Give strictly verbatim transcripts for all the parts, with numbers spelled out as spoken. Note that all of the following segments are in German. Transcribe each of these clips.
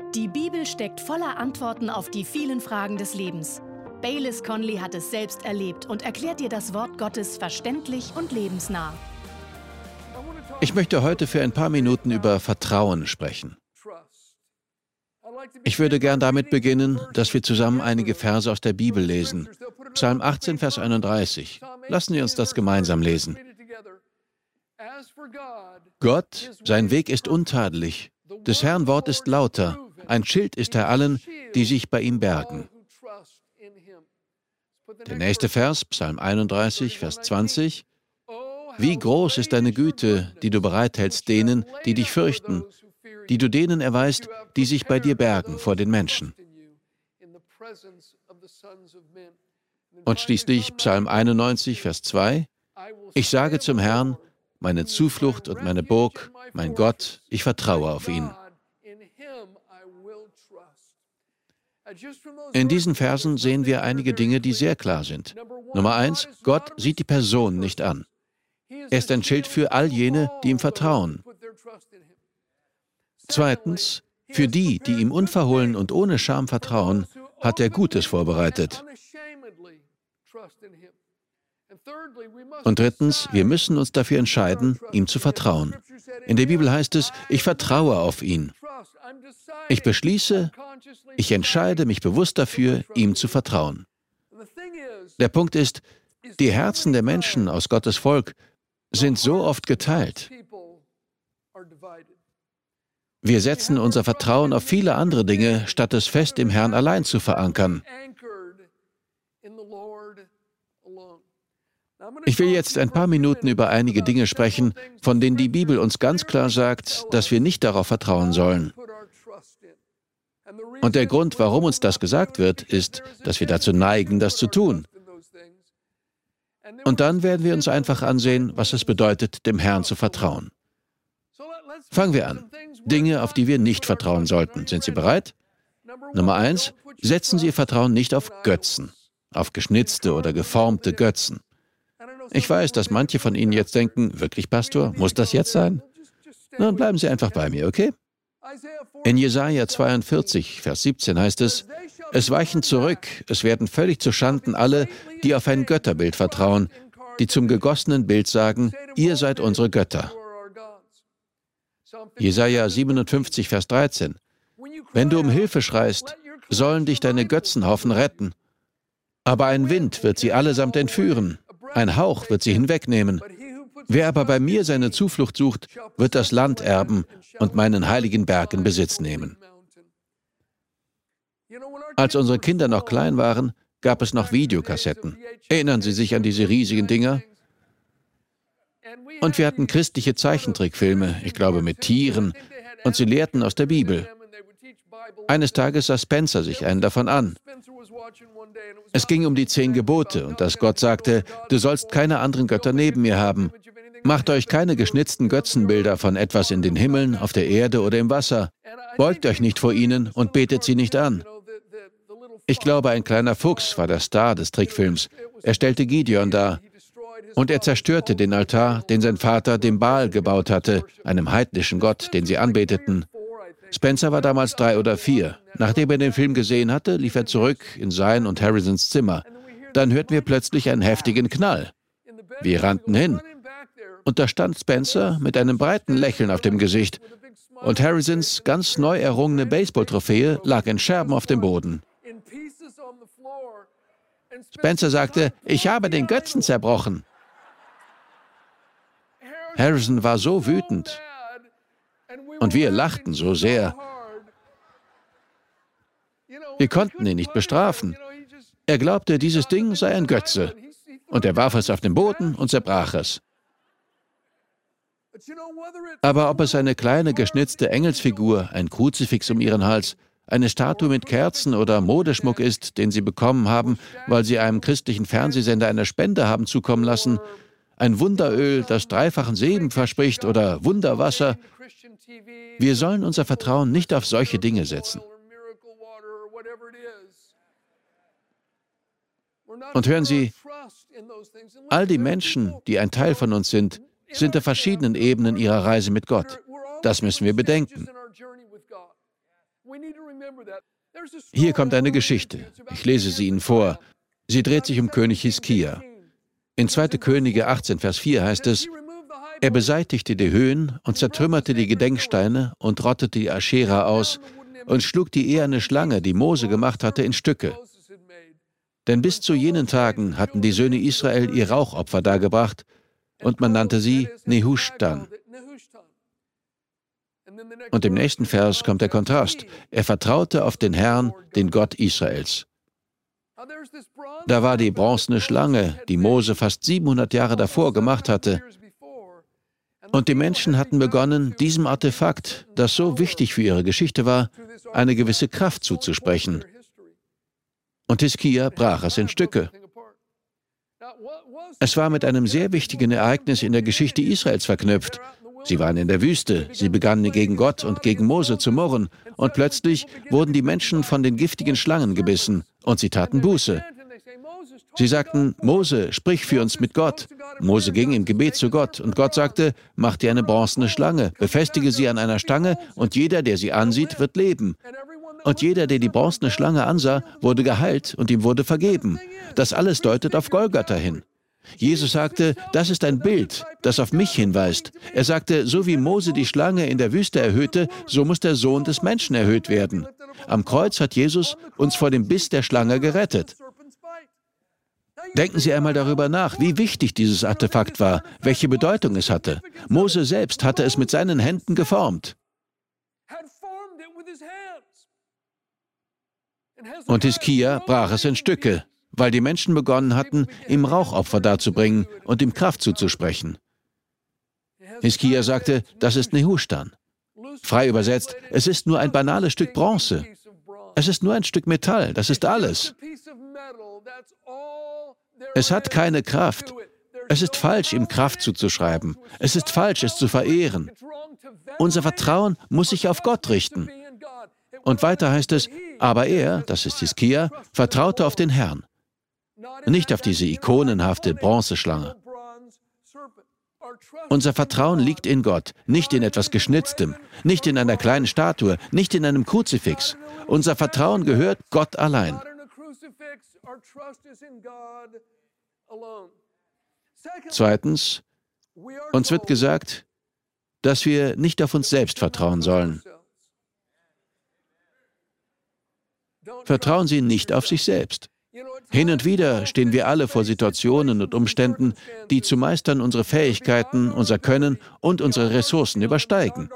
Die Bibel steckt voller Antworten auf die vielen Fragen des Lebens. Baylis Conley hat es selbst erlebt und erklärt dir das Wort Gottes verständlich und lebensnah. Ich möchte heute für ein paar Minuten über Vertrauen sprechen. Ich würde gern damit beginnen, dass wir zusammen einige Verse aus der Bibel lesen. Psalm achtzehn, Vers einunddreißig. Lassen Sie uns das gemeinsam lesen. Gott, sein Weg ist untadelig, des Herrn Wort ist lauter, ein Schild ist er allen, die sich bei ihm bergen. Der nächste Vers, Psalm einunddreißig, Vers zwanzig. Wie groß ist deine Güte, die du bereithältst denen, die dich fürchten, die du denen erweist, die sich bei dir bergen vor den Menschen. Und schließlich Psalm einundneunzig, Vers zwei. Ich sage zum Herrn, meine Zuflucht und meine Burg, mein Gott, ich vertraue auf ihn. In diesen Versen sehen wir einige Dinge, die sehr klar sind. Nummer eins, Gott sieht die Person nicht an. Er ist ein Schild für all jene, die ihm vertrauen. Zweitens, für die, die ihm unverhohlen und ohne Scham vertrauen, hat er Gutes vorbereitet. Und drittens, wir müssen uns dafür entscheiden, ihm zu vertrauen. In der Bibel heißt es, ich vertraue auf ihn. Ich beschließe, ich entscheide mich bewusst dafür, ihm zu vertrauen. Der Punkt ist, die Herzen der Menschen aus Gottes Volk sind so oft geteilt. Wir setzen unser Vertrauen auf viele andere Dinge, statt es fest im Herrn allein zu verankern. Ich will jetzt ein paar Minuten über einige Dinge sprechen, von denen die Bibel uns ganz klar sagt, dass wir nicht darauf vertrauen sollen. Und der Grund, warum uns das gesagt wird, ist, dass wir dazu neigen, das zu tun. Und dann werden wir uns einfach ansehen, was es bedeutet, dem Herrn zu vertrauen. Fangen wir an. Dinge, auf die wir nicht vertrauen sollten. Sind Sie bereit? Nummer eins, setzen Sie Ihr Vertrauen nicht auf Götzen, auf geschnitzte oder geformte Götzen. Ich weiß, dass manche von Ihnen jetzt denken, wirklich, Pastor, muss das jetzt sein? Dann bleiben Sie einfach bei mir, okay? In Jesaja zweiundvierzig, Vers siebzehn heißt es, es weichen zurück, es werden völlig zuschanden alle, die auf ein Götterbild vertrauen, die zum gegossenen Bild sagen, ihr seid unsere Götter. Jesaja siebenundfünfzig, Vers dreizehn. Wenn du um Hilfe schreist, sollen dich deine Götzenhaufen retten. Aber ein Wind wird sie allesamt entführen, ein Hauch wird sie hinwegnehmen. Wer aber bei mir seine Zuflucht sucht, wird das Land erben und meinen heiligen Berg in Besitz nehmen. Als unsere Kinder noch klein waren, gab es noch Videokassetten. Erinnern Sie sich an diese riesigen Dinger? Und wir hatten christliche Zeichentrickfilme, ich glaube mit Tieren, und sie lehrten aus der Bibel. Eines Tages sah Spencer sich einen davon an. Es ging um die zehn Gebote und dass Gott sagte, du sollst keine anderen Götter neben mir haben. Macht euch keine geschnitzten Götzenbilder von etwas in den Himmeln, auf der Erde oder im Wasser. Beugt euch nicht vor ihnen und betet sie nicht an. Ich glaube, ein kleiner Fuchs war der Star des Trickfilms. Er stellte Gideon dar. Und er zerstörte den Altar, den sein Vater dem Baal gebaut hatte, einem heidnischen Gott, den sie anbeteten. Spencer war damals drei oder vier. Nachdem er den Film gesehen hatte, lief er zurück in sein und Harrisons Zimmer. Dann hörten wir plötzlich einen heftigen Knall. Wir rannten hin. Und da stand Spencer mit einem breiten Lächeln auf dem Gesicht. Und Harrisons ganz neu errungene Baseball-Trophäe lag in Scherben auf dem Boden. Spencer sagte, ich habe den Götzen zerbrochen. Harrison war so wütend. Und wir lachten so sehr. Wir konnten ihn nicht bestrafen. Er glaubte, dieses Ding sei ein Götze. Und er warf es auf den Boden und zerbrach es. Aber ob es eine kleine geschnitzte Engelsfigur, ein Kruzifix um ihren Hals, eine Statue mit Kerzen oder Modeschmuck ist, den sie bekommen haben, weil sie einem christlichen Fernsehsender eine Spende haben zukommen lassen, ein Wunderöl, das dreifachen Segen verspricht oder Wunderwasser. Wir sollen unser Vertrauen nicht auf solche Dinge setzen. Und hören Sie, all die Menschen, die ein Teil von uns sind, sind auf verschiedenen Ebenen ihrer Reise mit Gott. Das müssen wir bedenken. Hier kommt eine Geschichte. Ich lese sie Ihnen vor. Sie dreht sich um König Hiskia. In zweiter Könige achtzehn, Vers vier heißt es: Er beseitigte die Höhen und zertrümmerte die Gedenksteine und rottete die Aschera aus und schlug die eherne Schlange, die Mose gemacht hatte, in Stücke. Denn bis zu jenen Tagen hatten die Söhne Israel ihr Rauchopfer dargebracht, und man nannte sie Nehushtan. Und im nächsten Vers kommt der Kontrast. Er vertraute auf den Herrn, den Gott Israels. Da war die bronzene Schlange, die Mose fast siebenhundert Jahre davor gemacht hatte. Und die Menschen hatten begonnen, diesem Artefakt, das so wichtig für ihre Geschichte war, eine gewisse Kraft zuzusprechen. Und Hiskia brach es in Stücke. Es war mit einem sehr wichtigen Ereignis in der Geschichte Israels verknüpft. Sie waren in der Wüste, sie begannen gegen Gott und gegen Mose zu murren, und plötzlich wurden die Menschen von den giftigen Schlangen gebissen, und sie taten Buße. Sie sagten: Mose, sprich für uns mit Gott. Mose ging im Gebet zu Gott, und Gott sagte: Mach dir eine bronzene Schlange, befestige sie an einer Stange, und jeder, der sie ansieht, wird leben. Und jeder, der die bronzene Schlange ansah, wurde geheilt und ihm wurde vergeben. Das alles deutet auf Golgatha hin. Jesus sagte, das ist ein Bild, das auf mich hinweist. Er sagte, so wie Mose die Schlange in der Wüste erhöhte, so muss der Sohn des Menschen erhöht werden. Am Kreuz hat Jesus uns vor dem Biss der Schlange gerettet. Denken Sie einmal darüber nach, wie wichtig dieses Artefakt war, welche Bedeutung es hatte. Mose selbst hatte es mit seinen Händen geformt. Und Hiskia brach es in Stücke, weil die Menschen begonnen hatten, ihm Rauchopfer darzubringen und ihm Kraft zuzusprechen. Hiskia sagte, das ist Nehushtan. Frei übersetzt, es ist nur ein banales Stück Bronze. Es ist nur ein Stück Metall, das ist alles. Es hat keine Kraft. Es ist falsch, ihm Kraft zuzuschreiben. Es ist falsch, es zu verehren. Unser Vertrauen muss sich auf Gott richten. Und weiter heißt es, aber er, das ist Hiskia, vertraute auf den Herrn. Nicht auf diese ikonenhafte Bronzeschlange. Unser Vertrauen liegt in Gott, nicht in etwas Geschnitztem, nicht in einer kleinen Statue, nicht in einem Kruzifix. Unser Vertrauen gehört Gott allein. Zweitens, uns wird gesagt, dass wir nicht auf uns selbst vertrauen sollen. Vertrauen Sie nicht auf sich selbst. Hin und wieder stehen wir alle vor Situationen und Umständen, die zu meistern unsere Fähigkeiten, unser Können und unsere Ressourcen übersteigen.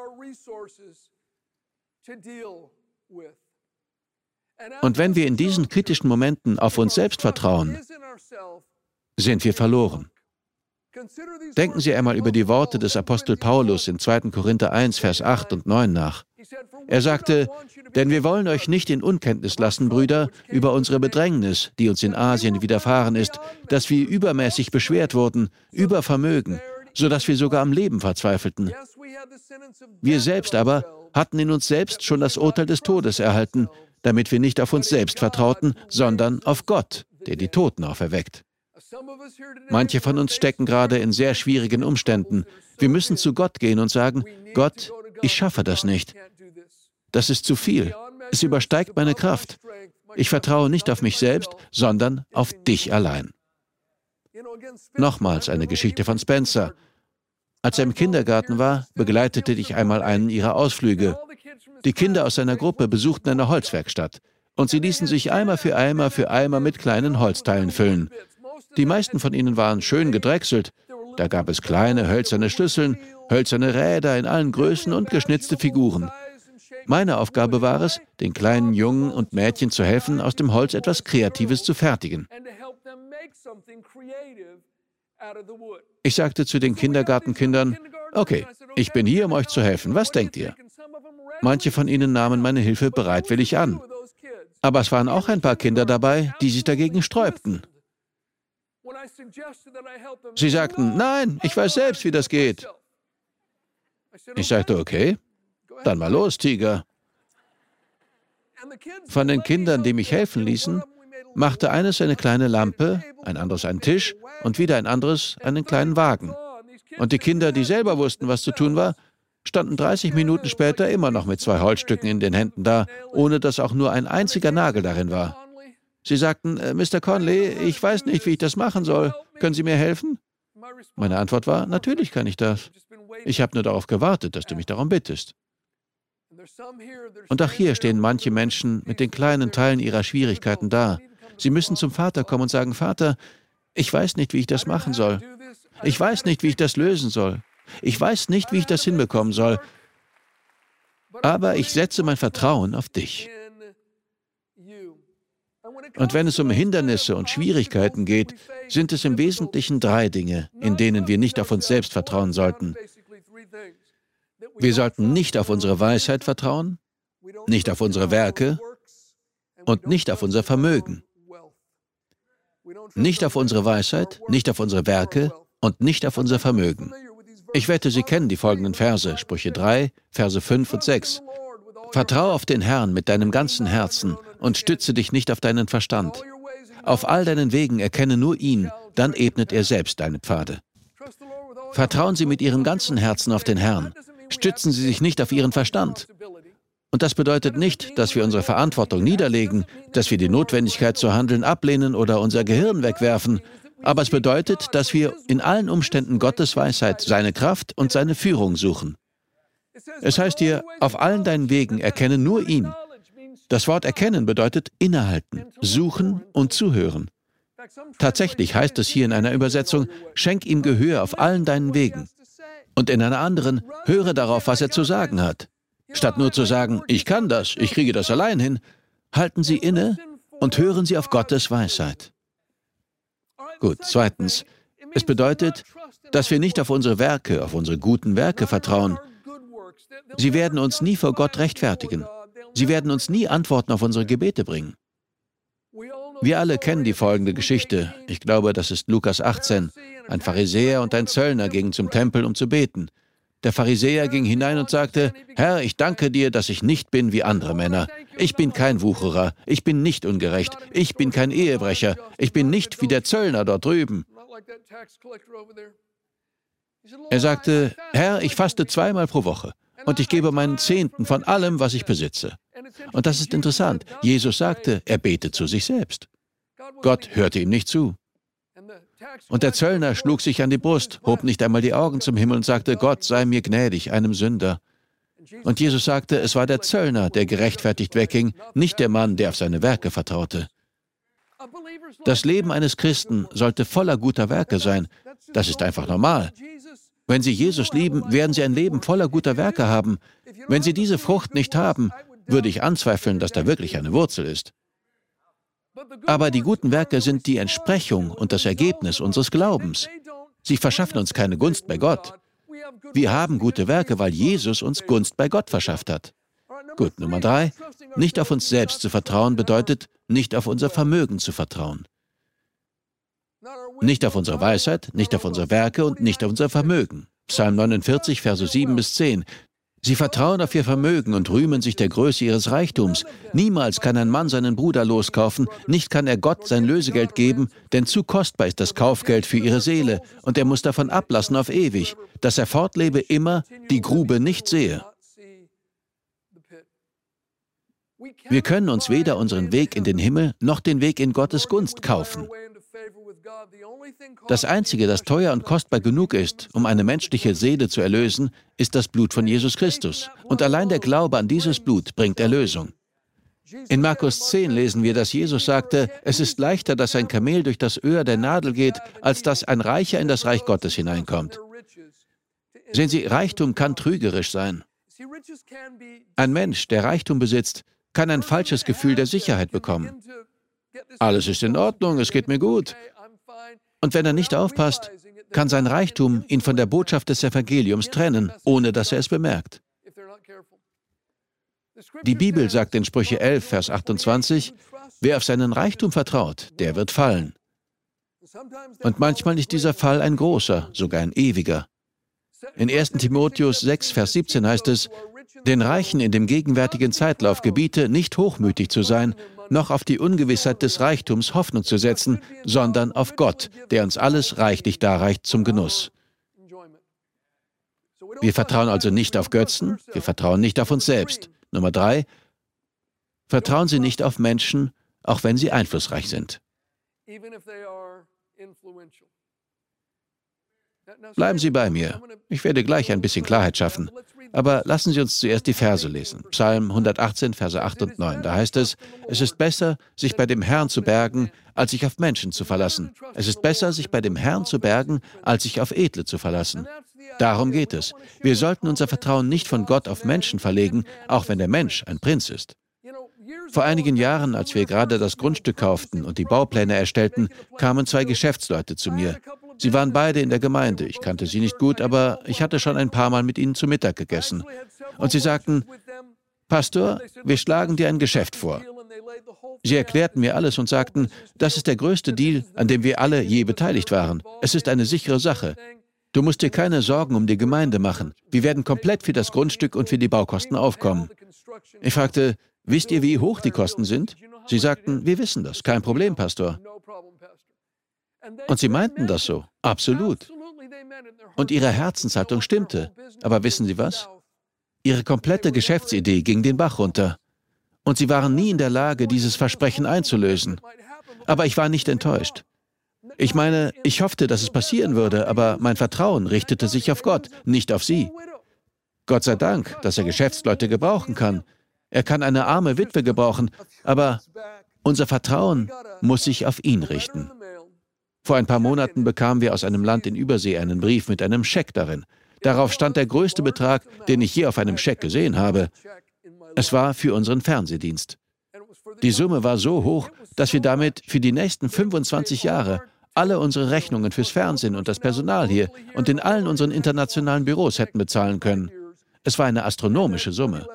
Und wenn wir in diesen kritischen Momenten auf uns selbst vertrauen, sind wir verloren. Denken Sie einmal über die Worte des Apostel Paulus in zweiter Korinther eins, Vers acht und neun nach. Er sagte, denn wir wollen euch nicht in Unkenntnis lassen, Brüder, über unsere Bedrängnis, die uns in Asien widerfahren ist, dass wir übermäßig beschwert wurden, über Vermögen, sodass wir sogar am Leben verzweifelten. Wir selbst aber hatten in uns selbst schon das Urteil des Todes erhalten, damit wir nicht auf uns selbst vertrauten, sondern auf Gott, der die Toten auferweckt. Manche von uns stecken gerade in sehr schwierigen Umständen. Wir müssen zu Gott gehen und sagen, Gott, ich schaffe das nicht. Das ist zu viel. Es übersteigt meine Kraft. Ich vertraue nicht auf mich selbst, sondern auf dich allein. Nochmals eine Geschichte von Spencer. Als er im Kindergarten war, begleitete ich einmal einen ihrer Ausflüge. Die Kinder aus seiner Gruppe besuchten eine Holzwerkstatt und sie ließen sich Eimer für Eimer für Eimer mit kleinen Holzteilen füllen. Die meisten von ihnen waren schön gedrechselt. Da gab es kleine hölzerne Schlüsseln, hölzerne Räder in allen Größen und geschnitzte Figuren. Meine Aufgabe war es, den kleinen Jungen und Mädchen zu helfen, aus dem Holz etwas Kreatives zu fertigen. Ich sagte zu den Kindergartenkindern, okay, ich bin hier, um euch zu helfen. Was denkt ihr? Manche von ihnen nahmen meine Hilfe bereitwillig an. Aber es waren auch ein paar Kinder dabei, die sich dagegen sträubten. Sie sagten, nein, ich weiß selbst, wie das geht. Ich sagte, okay, dann mal los, Tiger. Von den Kindern, die mich helfen ließen, machte eines eine kleine Lampe, ein anderes einen Tisch und wieder ein anderes einen kleinen Wagen. Und die Kinder, die selber wussten, was zu tun war, standen dreißig Minuten später immer noch mit zwei Holzstücken in den Händen da, ohne dass auch nur ein einziger Nagel darin war. Sie sagten, äh, Mister Conley, ich weiß nicht, wie ich das machen soll. Können Sie mir helfen? Meine Antwort war, natürlich kann ich das. Ich habe nur darauf gewartet, dass du mich darum bittest. Und auch hier stehen manche Menschen mit den kleinen Teilen ihrer Schwierigkeiten da. Sie müssen zum Vater kommen und sagen, Vater, ich weiß nicht, wie ich das machen soll. Ich weiß nicht, wie ich das lösen soll. Ich weiß nicht, wie ich das hinbekommen soll. Aber ich setze mein Vertrauen auf dich. Und wenn es um Hindernisse und Schwierigkeiten geht, sind es im Wesentlichen drei Dinge, in denen wir nicht auf uns selbst vertrauen sollten. Wir sollten nicht auf unsere Weisheit vertrauen, nicht auf unsere Werke und nicht auf unser Vermögen. Nicht auf unsere Weisheit, nicht auf unsere Werke und nicht auf unser Vermögen. Ich wette, Sie kennen die folgenden Verse, Sprüche drei, Verse fünf und sechs. Vertrau auf den Herrn mit deinem ganzen Herzen und stütze dich nicht auf deinen Verstand. Auf all deinen Wegen erkenne nur ihn, dann ebnet er selbst deine Pfade. Vertrauen Sie mit Ihrem ganzen Herzen auf den Herrn. Stützen Sie sich nicht auf Ihren Verstand. Und das bedeutet nicht, dass wir unsere Verantwortung niederlegen, dass wir die Notwendigkeit zu handeln ablehnen oder unser Gehirn wegwerfen. Aber es bedeutet, dass wir in allen Umständen Gottes Weisheit, seine Kraft und seine Führung suchen. Es heißt hier, auf allen deinen Wegen erkenne nur ihn. Das Wort erkennen bedeutet innehalten, suchen und zuhören. Tatsächlich heißt es hier in einer Übersetzung, schenk ihm Gehör auf allen deinen Wegen. Und in einer anderen, höre darauf, was er zu sagen hat. Statt nur zu sagen, ich kann das, ich kriege das allein hin, halten Sie inne und hören Sie auf Gottes Weisheit. Gut, zweitens, es bedeutet, dass wir nicht auf unsere Werke, auf unsere guten Werke vertrauen. Sie werden uns nie vor Gott rechtfertigen. Sie werden uns nie Antworten auf unsere Gebete bringen. Wir alle kennen die folgende Geschichte. Ich glaube, das ist Lukas achtzehn. Ein Pharisäer und ein Zöllner gingen zum Tempel, um zu beten. Der Pharisäer ging hinein und sagte, Herr, ich danke dir, dass ich nicht bin wie andere Männer. Ich bin kein Wucherer, ich bin nicht ungerecht, ich bin kein Ehebrecher, ich bin nicht wie der Zöllner dort drüben. Er sagte, Herr, ich faste zweimal pro Woche und ich gebe meinen Zehnten von allem, was ich besitze. Und das ist interessant. Jesus sagte, er betet zu sich selbst. Gott hörte ihm nicht zu. Und der Zöllner schlug sich an die Brust, hob nicht einmal die Augen zum Himmel und sagte, Gott sei mir gnädig, einem Sünder. Und Jesus sagte, es war der Zöllner, der gerechtfertigt wegging, nicht der Mann, der auf seine Werke vertraute. Das Leben eines Christen sollte voller guter Werke sein. Das ist einfach normal. Wenn Sie Jesus lieben, werden Sie ein Leben voller guter Werke haben. Wenn Sie diese Frucht nicht haben, würde ich anzweifeln, dass da wirklich eine Wurzel ist. Aber die guten Werke sind die Entsprechung und das Ergebnis unseres Glaubens. Sie verschaffen uns keine Gunst bei Gott. Wir haben gute Werke, weil Jesus uns Gunst bei Gott verschafft hat. Gut, Nummer drei. Nicht auf uns selbst zu vertrauen bedeutet, nicht auf unser Vermögen zu vertrauen. Nicht auf unsere Weisheit, nicht auf unsere Werke und nicht auf unser Vermögen. Psalm neunundvierzig, Verse sieben bis zehn. Sie vertrauen auf ihr Vermögen und rühmen sich der Größe ihres Reichtums. Niemals kann ein Mann seinen Bruder loskaufen, nicht kann er Gott sein Lösegeld geben, denn zu kostbar ist das Kaufgeld für ihre Seele, und er muss davon ablassen auf ewig, dass er fortlebe immer, die Grube nicht sehe. Wir können uns weder unseren Weg in den Himmel noch den Weg in Gottes Gunst kaufen. Das Einzige, das teuer und kostbar genug ist, um eine menschliche Seele zu erlösen, ist das Blut von Jesus Christus. Und allein der Glaube an dieses Blut bringt Erlösung. In Markus zehn lesen wir, dass Jesus sagte, es ist leichter, dass ein Kamel durch das Öhr der Nadel geht, als dass ein Reicher in das Reich Gottes hineinkommt. Sehen Sie, Reichtum kann trügerisch sein. Ein Mensch, der Reichtum besitzt, kann ein falsches Gefühl der Sicherheit bekommen. Alles ist in Ordnung, es geht mir gut. Und wenn er nicht aufpasst, kann sein Reichtum ihn von der Botschaft des Evangeliums trennen, ohne dass er es bemerkt. Die Bibel sagt in Sprüche elf, Vers achtundzwanzig, wer auf seinen Reichtum vertraut, der wird fallen. Und manchmal ist dieser Fall ein großer, sogar ein ewiger. In ersten Timotheus sechs, Vers siebzehn heißt es, den Reichen in dem gegenwärtigen Zeitlauf gebiete, nicht hochmütig zu sein, noch auf die Ungewissheit des Reichtums Hoffnung zu setzen, sondern auf Gott, der uns alles reichlich darreicht zum Genuss. Wir vertrauen also nicht auf Götzen, wir vertrauen nicht auf uns selbst. Nummer drei, vertrauen Sie nicht auf Menschen, auch wenn sie einflussreich sind. Bleiben Sie bei mir. Ich werde gleich ein bisschen Klarheit schaffen. Aber lassen Sie uns zuerst die Verse lesen. Psalm hundertachtzehn, Verse acht und neun. Da heißt es, es ist besser, sich bei dem Herrn zu bergen, als sich auf Menschen zu verlassen. Es ist besser, sich bei dem Herrn zu bergen, als sich auf Edle zu verlassen. Darum geht es. Wir sollten unser Vertrauen nicht von Gott auf Menschen verlegen, auch wenn der Mensch ein Prinz ist. Vor einigen Jahren, als wir gerade das Grundstück kauften und die Baupläne erstellten, kamen zwei Geschäftsleute zu mir. Sie waren beide in der Gemeinde. Ich kannte sie nicht gut, aber ich hatte schon ein paar Mal mit ihnen zu Mittag gegessen. Und sie sagten, Pastor, wir schlagen dir ein Geschäft vor. Sie erklärten mir alles und sagten, das ist der größte Deal, an dem wir alle je beteiligt waren. Es ist eine sichere Sache. Du musst dir keine Sorgen um die Gemeinde machen. Wir werden komplett für das Grundstück und für die Baukosten aufkommen. Ich fragte, wisst ihr, wie hoch die Kosten sind? Sie sagten, wir wissen das. Kein Problem, Pastor. Und sie meinten das so. Absolut. Und ihre Herzenshaltung stimmte. Aber wissen Sie was? Ihre komplette Geschäftsidee ging den Bach runter. Und sie waren nie in der Lage, dieses Versprechen einzulösen. Aber ich war nicht enttäuscht. Ich meine, ich hoffte, dass es passieren würde, aber mein Vertrauen richtete sich auf Gott, nicht auf sie. Gott sei Dank, dass er Geschäftsleute gebrauchen kann. Er kann eine arme Witwe gebrauchen, aber unser Vertrauen muss sich auf ihn richten. Vor ein paar Monaten bekamen wir aus einem Land in Übersee einen Brief mit einem Scheck darin. Darauf stand der größte Betrag, den ich je auf einem Scheck gesehen habe. Es war für unseren Fernsehdienst. Die Summe war so hoch, dass wir damit für die nächsten fünfundzwanzig Jahre alle unsere Rechnungen fürs Fernsehen und das Personal hier und in allen unseren internationalen Büros hätten bezahlen können. Es war eine astronomische Summe.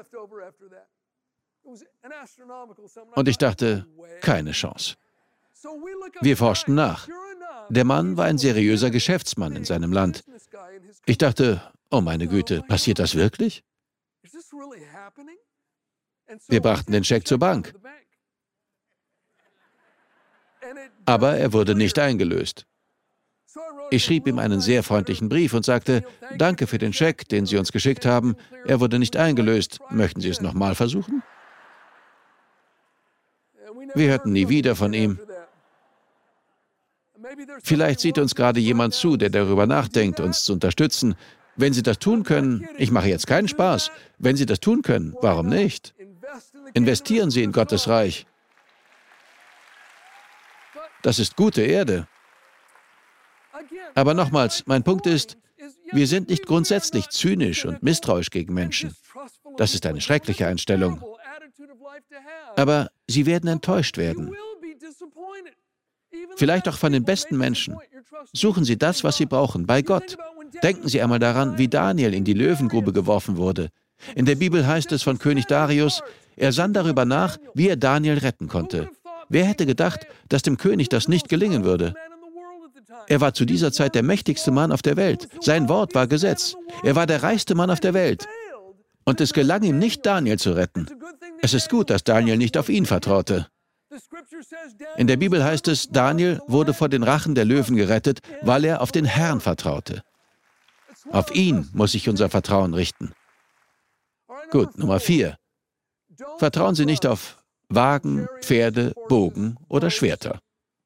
Und ich dachte, keine Chance. Wir forschten nach. Der Mann war ein seriöser Geschäftsmann in seinem Land. Ich dachte, oh meine Güte, passiert das wirklich? Wir brachten den Scheck zur Bank. Aber er wurde nicht eingelöst. Ich schrieb ihm einen sehr freundlichen Brief und sagte, danke für den Scheck, den Sie uns geschickt haben. Er wurde nicht eingelöst. Möchten Sie es nochmal versuchen? Wir hörten nie wieder von ihm. Vielleicht sieht uns gerade jemand zu, der darüber nachdenkt, uns zu unterstützen. Wenn Sie das tun können, ich mache jetzt keinen Spaß, wenn Sie das tun können, warum nicht? Investieren Sie in Gottes Reich. Das ist gute Erde. Aber nochmals, mein Punkt ist, wir sind nicht grundsätzlich zynisch und misstrauisch gegen Menschen. Das ist eine schreckliche Einstellung. Aber Sie werden enttäuscht werden. Vielleicht auch von den besten Menschen. Suchen Sie das, was Sie brauchen, bei Gott. Denken Sie einmal daran, wie Daniel in die Löwengrube geworfen wurde. In der Bibel heißt es von König Darius, er sann darüber nach, wie er Daniel retten konnte. Wer hätte gedacht, dass dem König das nicht gelingen würde? Er war zu dieser Zeit der mächtigste Mann auf der Welt. Sein Wort war Gesetz. Er war der reichste Mann auf der Welt. Und es gelang ihm nicht, Daniel zu retten. Es ist gut, dass Daniel nicht auf ihn vertraute. In der Bibel heißt es, Daniel wurde vor den Rachen der Löwen gerettet, weil er auf den Herrn vertraute. Auf ihn muss sich unser Vertrauen richten. Gut, Nummer vier. Vertrauen Sie nicht auf Wagen, Pferde, Bogen oder Schwerter.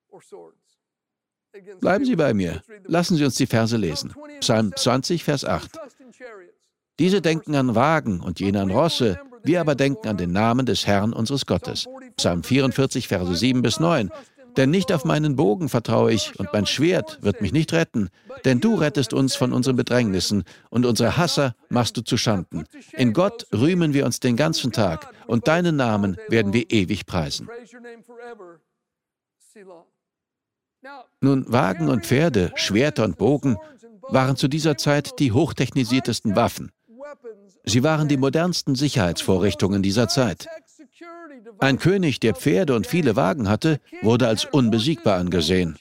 Bleiben Sie bei mir. Lassen Sie uns die Verse lesen. Psalm zwanzig, Vers acht. Diese denken an Wagen und jene an Rosse, wir aber denken an den Namen des Herrn unseres Gottes. Psalm vierundvierzig, Verse sieben bis neun. Denn nicht auf meinen Bogen vertraue ich, und mein Schwert wird mich nicht retten. Denn du rettest uns von unseren Bedrängnissen, und unsere Hasser machst du zu Schanden. In Gott rühmen wir uns den ganzen Tag, und deinen Namen werden wir ewig preisen. Nun, Wagen und Pferde, Schwerter und Bogen waren zu dieser Zeit die hochtechnisiertesten Waffen. Sie waren die modernsten Sicherheitsvorrichtungen dieser Zeit. Ein König, der Pferde und viele Wagen hatte, wurde als unbesiegbar angesehen.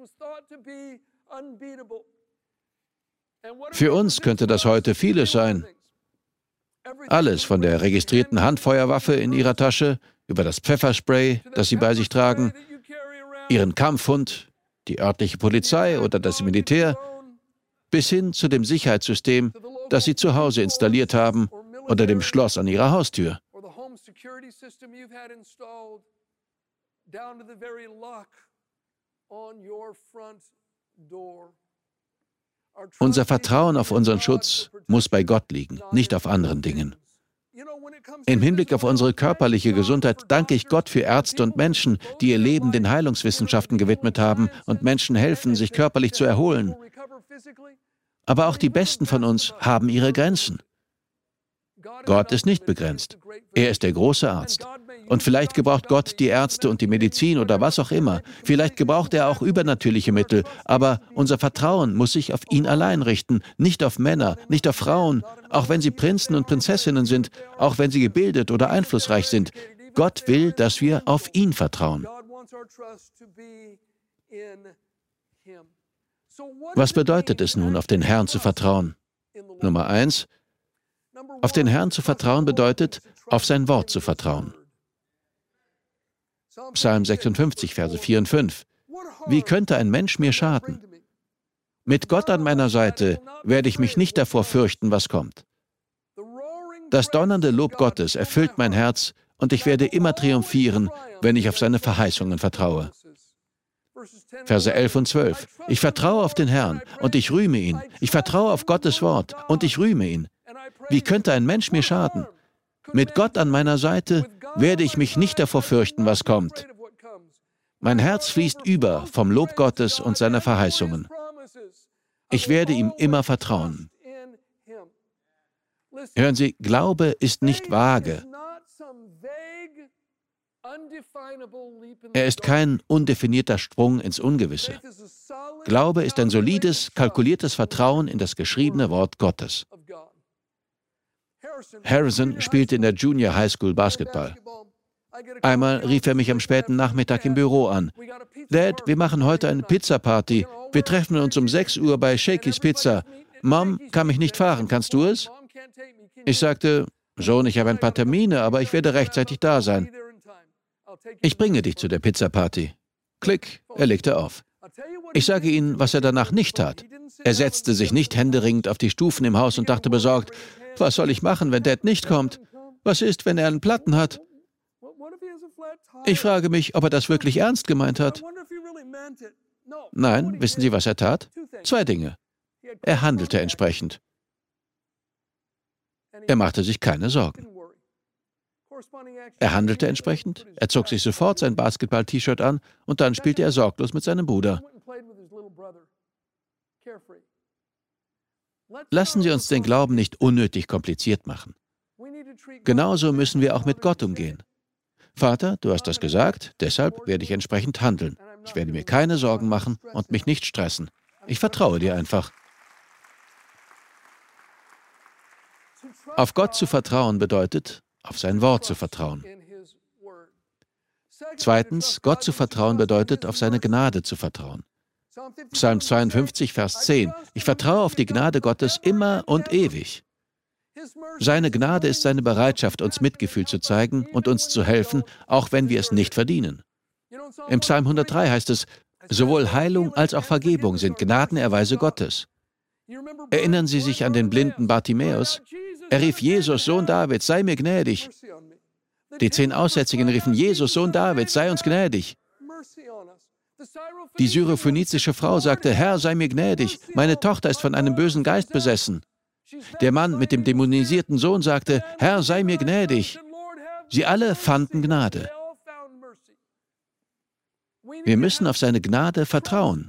Für uns könnte das heute vieles sein. Alles von der registrierten Handfeuerwaffe in ihrer Tasche, über das Pfefferspray, das sie bei sich tragen, ihren Kampfhund, die örtliche Polizei oder das Militär, bis hin zu dem Sicherheitssystem, das Sie zu Hause installiert haben oder dem Schloss an Ihrer Haustür. Unser Vertrauen auf unseren Schutz muss bei Gott liegen, nicht auf anderen Dingen. Im Hinblick auf unsere körperliche Gesundheit danke ich Gott für Ärzte und Menschen, die ihr Leben den Heilungswissenschaften gewidmet haben und Menschen helfen, sich körperlich zu erholen. Aber auch die Besten von uns haben ihre Grenzen. Gott ist nicht begrenzt. Er ist der große Arzt. Und vielleicht gebraucht Gott die Ärzte und die Medizin oder was auch immer. Vielleicht gebraucht er auch übernatürliche Mittel. Aber unser Vertrauen muss sich auf ihn allein richten, nicht auf Männer, nicht auf Frauen, auch wenn sie Prinzen und Prinzessinnen sind, auch wenn sie gebildet oder einflussreich sind. Gott will, dass wir auf ihn vertrauen. Was bedeutet es nun, auf den Herrn zu vertrauen? Nummer eins. Auf den Herrn zu vertrauen bedeutet, auf sein Wort zu vertrauen. Psalm sechsundfünfzig, Verse vier und fünf. Wie könnte ein Mensch mir schaden? Mit Gott an meiner Seite werde ich mich nicht davor fürchten, was kommt. Das donnernde Lob Gottes erfüllt mein Herz und ich werde immer triumphieren, wenn ich auf seine Verheißungen vertraue. Verse elf und zwölf. Ich vertraue auf den Herrn und ich rühme ihn. Ich vertraue auf Gottes Wort und ich rühme ihn. Wie könnte ein Mensch mir schaden? Mit Gott an meiner Seite werde ich mich nicht davor fürchten, was kommt. Mein Herz fließt über vom Lob Gottes und seiner Verheißungen. Ich werde ihm immer vertrauen. Hören Sie, Glaube ist nicht vage. Er ist kein undefinierter Sprung ins Ungewisse. Glaube ist ein solides, kalkuliertes Vertrauen in das geschriebene Wort Gottes. Harrison spielte in der Junior High School Basketball. Einmal rief er mich am späten Nachmittag im Büro an. »Dad, wir machen heute eine Pizza-Party. Wir treffen uns um sechs Uhr bei Shakey's Pizza. Mom kann mich nicht fahren, kannst du es?« Ich sagte, »Sohn, ich habe ein paar Termine, aber ich werde rechtzeitig da sein. Ich bringe dich zu der Pizza-Party.« Klick, er legte auf. Ich sage Ihnen, was er danach nicht tat. Er setzte sich nicht händeringend auf die Stufen im Haus und dachte besorgt, was soll ich machen, wenn Dad nicht kommt? Was ist, wenn er einen Platten hat? Ich frage mich, ob er das wirklich ernst gemeint hat. Nein, wissen Sie, was er tat? Zwei Dinge. Er handelte entsprechend. Er machte sich keine Sorgen. Er handelte entsprechend, er zog sich sofort sein Basketball-T-Shirt an und dann spielte er sorglos mit seinem Bruder. Lassen Sie uns den Glauben nicht unnötig kompliziert machen. Genauso müssen wir auch mit Gott umgehen. Vater, du hast das gesagt, deshalb werde ich entsprechend handeln. Ich werde mir keine Sorgen machen und mich nicht stressen. Ich vertraue dir einfach. Auf Gott zu vertrauen bedeutet, auf sein Wort zu vertrauen. Zweitens, Gott zu vertrauen bedeutet, auf seine Gnade zu vertrauen. Psalm zweiundfünfzig, Vers zehn. Ich vertraue auf die Gnade Gottes immer und ewig. Seine Gnade ist seine Bereitschaft, uns Mitgefühl zu zeigen und uns zu helfen, auch wenn wir es nicht verdienen. Im Psalm hundertdrei heißt es, sowohl Heilung als auch Vergebung sind Gnadenerweise Gottes. Erinnern Sie sich an den blinden Bartimäus? Er rief, Jesus, Sohn Davids, sei mir gnädig. Die zehn Aussätzigen riefen, Jesus, Sohn Davids, sei uns gnädig. Die syrophönizische Frau sagte, Herr, sei mir gnädig, meine Tochter ist von einem bösen Geist besessen. Der Mann mit dem dämonisierten Sohn sagte, Herr, sei mir gnädig. Sie alle fanden Gnade. Wir müssen auf seine Gnade vertrauen.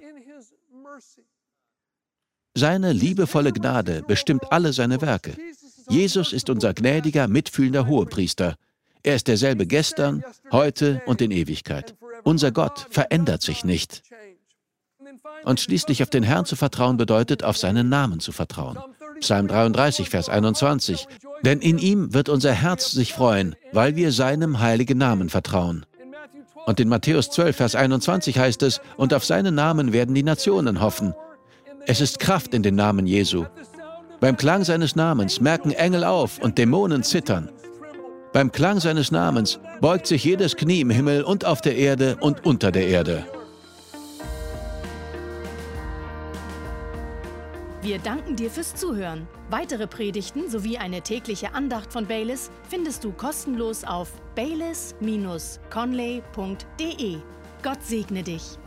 Seine liebevolle Gnade bestimmt alle seine Werke. Jesus ist unser gnädiger, mitfühlender Hohepriester. Er ist derselbe gestern, heute und in Ewigkeit. Unser Gott verändert sich nicht. Und schließlich auf den Herrn zu vertrauen bedeutet, auf seinen Namen zu vertrauen. Psalm dreiunddreißig, Vers einundzwanzig. Denn in ihm wird unser Herz sich freuen, weil wir seinem heiligen Namen vertrauen. Und in Matthäus zwölf, Vers einundzwanzig heißt es, und auf seinen Namen werden die Nationen hoffen. Es ist Kraft in den Namen Jesu. Beim Klang seines Namens merken Engel auf und Dämonen zittern. Beim Klang seines Namens beugt sich jedes Knie im Himmel und auf der Erde und unter der Erde. Wir danken dir fürs Zuhören. Weitere Predigten sowie eine tägliche Andacht von Baylis findest du kostenlos auf baylis Bindestrich conley punkt de. Gott segne dich.